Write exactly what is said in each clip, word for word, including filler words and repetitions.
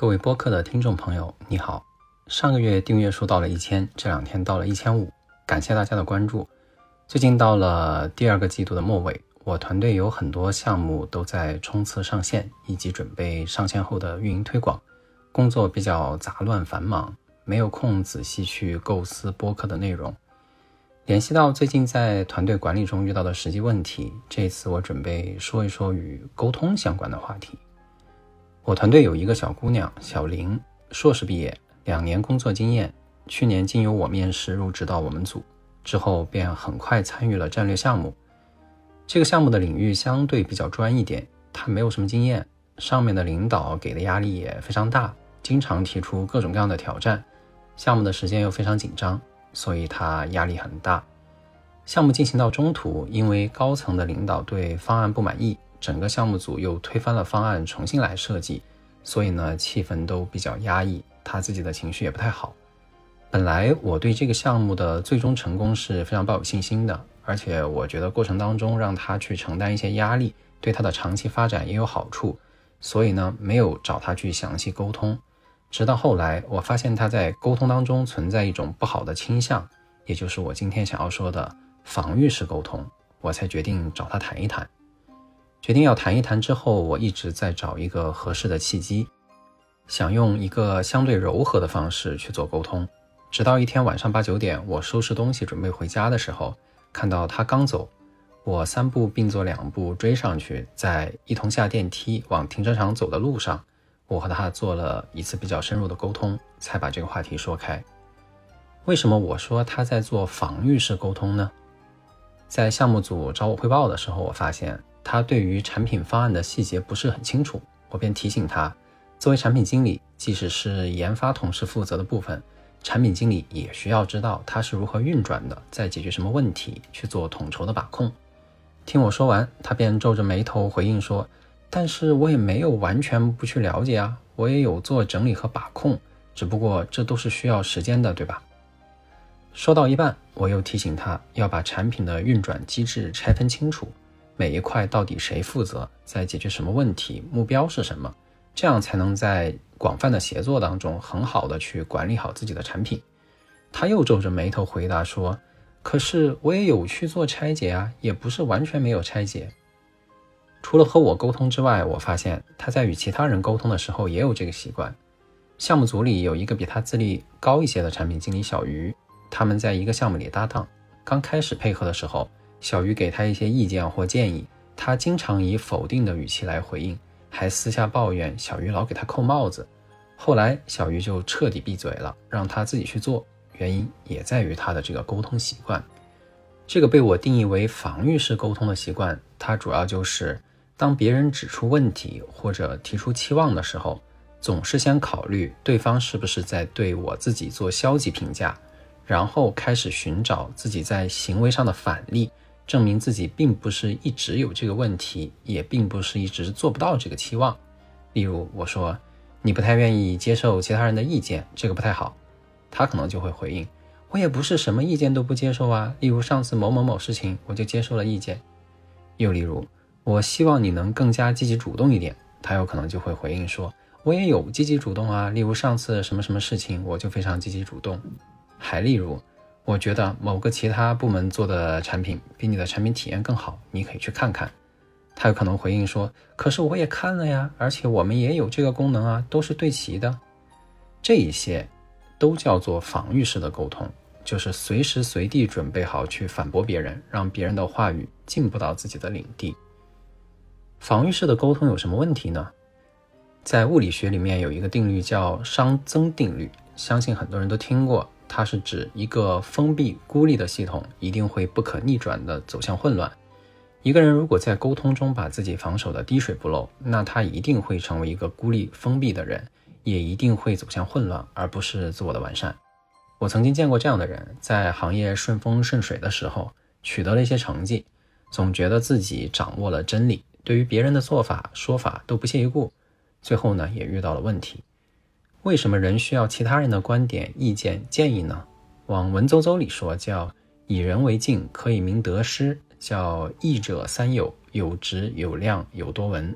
各位播客的听众朋友，你好。上个月订阅数到了一千，这两天到了一千五，感谢大家的关注。最近到了第二个季度的末尾，我团队有很多项目都在冲刺上线，以及准备上线后的运营推广，工作比较杂乱繁忙，没有空仔细去构思播客的内容。联系到最近在团队管理中遇到的实际问题，这次我准备说一说与沟通相关的话题。我团队有一个小姑娘小林，硕士毕业，两年工作经验，去年经由我面试入职到我们组，之后便很快参与了战略项目。这个项目的领域相对比较专一点，她没有什么经验，上面的领导给的压力也非常大，经常提出各种各样的挑战，项目的时间又非常紧张，所以她压力很大。项目进行到中途，因为高层的领导对方案不满意，整个项目组又推翻了方案重新来设计，所以呢气氛都比较压抑，他自己的情绪也不太好。本来我对这个项目的最终成功是非常抱有信心的，而且我觉得过程当中让他去承担一些压力，对他的长期发展也有好处，所以呢没有找他去详细沟通。直到后来我发现他在沟通当中存在一种不好的倾向，也就是我今天想要说的防御式沟通，我才决定找他谈一谈。决定要谈一谈之后，我一直在找一个合适的契机，想用一个相对柔和的方式去做沟通。直到一天晚上八九点，我收拾东西准备回家的时候，看到他刚走，我三步并作两步追上去，在一同下电梯往停车场走的路上，我和他做了一次比较深入的沟通，才把这个话题说开。为什么我说他在做防御式沟通呢？在项目组找我汇报的时候，我发现他对于产品方案的细节不是很清楚，我便提醒他，作为产品经理，即使是研发同事负责的部分，产品经理也需要知道它是如何运转的，在解决什么问题，去做统筹的把控。听我说完，他便皱着眉头回应说，但是我也没有完全不去了解啊，我也有做整理和把控，只不过这都是需要时间的，对吧？说到一半，我又提醒他要把产品的运转机制拆分清楚，每一块到底谁负责，在解决什么问题，目标是什么，这样才能在广泛的协作当中很好的去管理好自己的产品。他又皱着眉头回答说，可是我也有去做拆解啊，也不是完全没有拆解。除了和我沟通之外，我发现他在与其他人沟通的时候也有这个习惯。项目组里有一个比他资历高一些的产品经理小鱼，他们在一个项目里搭档，刚开始配合的时候，小鱼给他一些意见或建议，他经常以否定的语气来回应，还私下抱怨小鱼老给他扣帽子。后来小鱼就彻底闭嘴了，让他自己去做，原因也在于他的这个沟通习惯。这个被我定义为防御式沟通的习惯，它主要就是当别人指出问题或者提出期望的时候，总是先考虑对方是不是在对我自己做消极评价，然后开始寻找自己在行为上的反例，证明自己并不是一直有这个问题，也并不是一直做不到这个期望。例如我说，你不太愿意接受其他人的意见，这个不太好，他可能就会回应，我也不是什么意见都不接受啊，例如上次某某某事情我就接受了意见。又例如，我希望你能更加积极主动一点，他有可能就会回应说，我也有积极主动啊，例如上次什么什么事情我就非常积极主动。还例如，我觉得某个其他部门做的产品比你的产品体验更好，你可以去看看。他有可能回应说，可是我也看了呀，而且我们也有这个功能啊，都是对齐的。这一些都叫做防御式的沟通，就是随时随地准备好去反驳别人，让别人的话语进不到自己的领地。防御式的沟通有什么问题呢？在物理学里面有一个定律叫熵增定律，相信很多人都听过，它是指一个封闭孤立的系统一定会不可逆转地走向混乱。一个人如果在沟通中把自己防守的滴水不漏，那他一定会成为一个孤立封闭的人，也一定会走向混乱，而不是自我的完善。我曾经见过这样的人，在行业顺风顺水的时候取得了一些成绩，总觉得自己掌握了真理，对于别人的做法说法都不屑一顾，最后呢也遇到了问题。为什么人需要其他人的观点、意见、建议呢？往文绉绉里说叫以人为镜，可以明得失，叫益者三有，有直有量有多闻。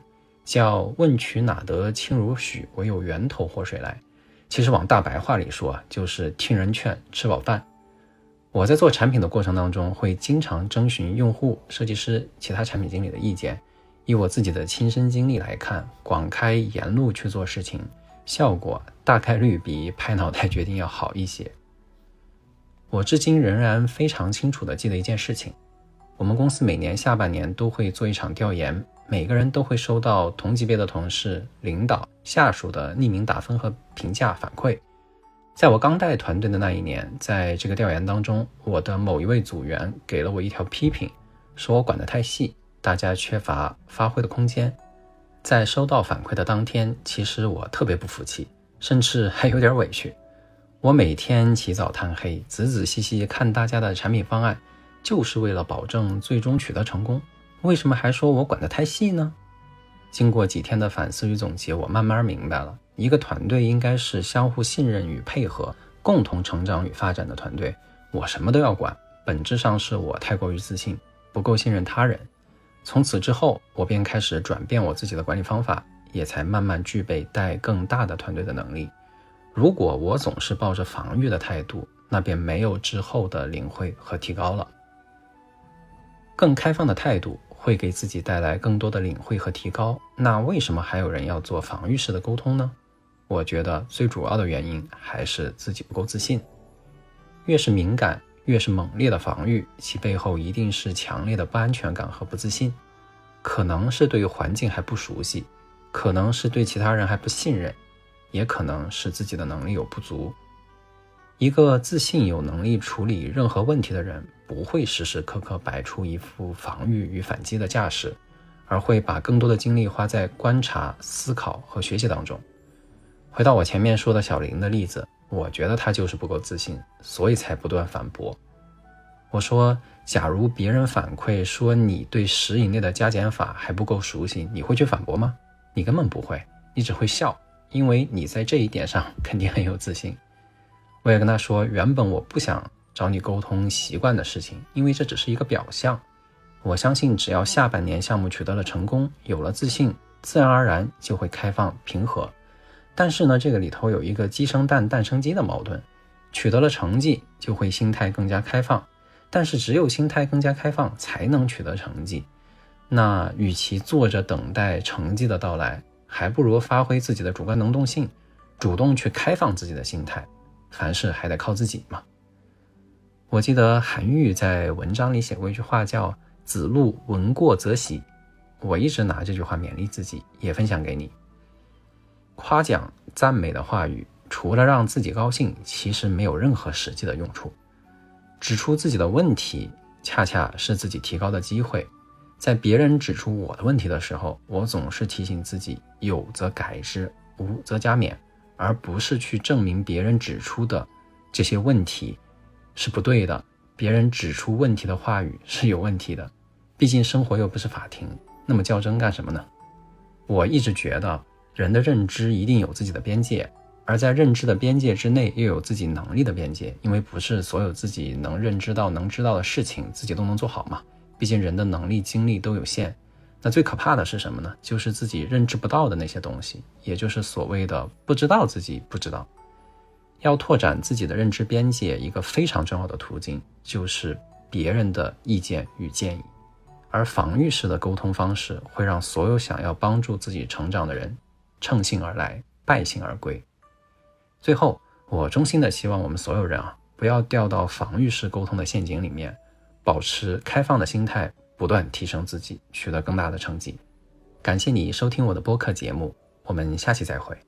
叫问渠哪得清如许，唯有源头活水来。其实往大白话里说，就是听人劝，吃饱饭。我在做产品的过程当中，会经常征询用户、设计师、其他产品经理的意见。以我自己的亲身经历来看，广开言路去做事情，效果大概率比拍脑袋决定要好一些。我至今仍然非常清楚地记得一件事情，我们公司每年下半年都会做一场调研，每个人都会收到同级别的同事、领导、下属的匿名打分和评价反馈。在我刚带团队的那一年，在这个调研当中，我的某一位组员给了我一条批评，说我管得太细，大家缺乏发挥的空间。在收到反馈的当天，其实我特别不服气，甚至还有点委屈。我每天起早贪黑，仔仔细细看大家的产品方案，就是为了保证最终取得成功。为什么还说我管得太细呢？经过几天的反思与总结，我慢慢明白了，一个团队应该是相互信任与配合，共同成长与发展的团队。我什么都要管，本质上是我太过于自信，不够信任他人。从此之后，我便开始转变我自己的管理方法，也才慢慢具备带更大的团队的能力。如果我总是抱着防御的态度，那便没有之后的领会和提高了。更开放的态度会给自己带来更多的领会和提高，那为什么还有人要做防御式的沟通呢？我觉得最主要的原因还是自己不够自信。越是敏感，越是猛烈的防御，其背后一定是强烈的不安全感和不自信。可能是对于环境还不熟悉，可能是对其他人还不信任，也可能是自己的能力有不足。一个自信有能力处理任何问题的人，不会时时刻刻摆出一副防御与反击的架势，而会把更多的精力花在观察、思考和学习当中。回到我前面说的小林的例子，我觉得他就是不够自信，所以才不断反驳。我说，假如别人反馈说你对十以内的加减法还不够熟悉，你会去反驳吗？你根本不会，你只会笑，因为你在这一点上肯定很有自信。我也跟他说，原本我不想找你沟通习惯的事情，因为这只是一个表象。我相信只要下半年项目取得了成功，有了自信，自然而然就会开放平和。但是呢，这个里头有一个鸡生蛋蛋生鸡的矛盾，取得了成绩就会心态更加开放，但是只有心态更加开放才能取得成绩。那与其坐着等待成绩的到来，还不如发挥自己的主观能动性，主动去开放自己的心态，凡事还得靠自己嘛。我记得韩愈在文章里写过一句话叫子路闻过则喜，我一直拿这句话勉励自己，也分享给你。夸奖赞美的话语除了让自己高兴，其实没有任何实际的用处。指出自己的问题恰恰是自己提高的机会。在别人指出我的问题的时候，我总是提醒自己，有则改之，无则加勉，而不是去证明别人指出的这些问题是不对的，别人指出问题的话语是有问题的。毕竟生活又不是法庭，那么较真干什么呢？我一直觉得人的认知一定有自己的边界，而在认知的边界之内又有自己能力的边界，因为不是所有自己能认知到能知道的事情自己都能做好嘛，毕竟人的能力精力都有限。那最可怕的是什么呢？就是自己认知不到的那些东西，也就是所谓的不知道自己不知道。要拓展自己的认知边界，一个非常重要的途径就是别人的意见与建议，而防御式的沟通方式会让所有想要帮助自己成长的人乘兴而来，败兴而归。最后，我衷心的希望我们所有人啊，不要掉到防御式沟通的陷阱里面，保持开放的心态，不断提升自己，取得更大的成绩。感谢你收听我的播客节目，我们下期再会。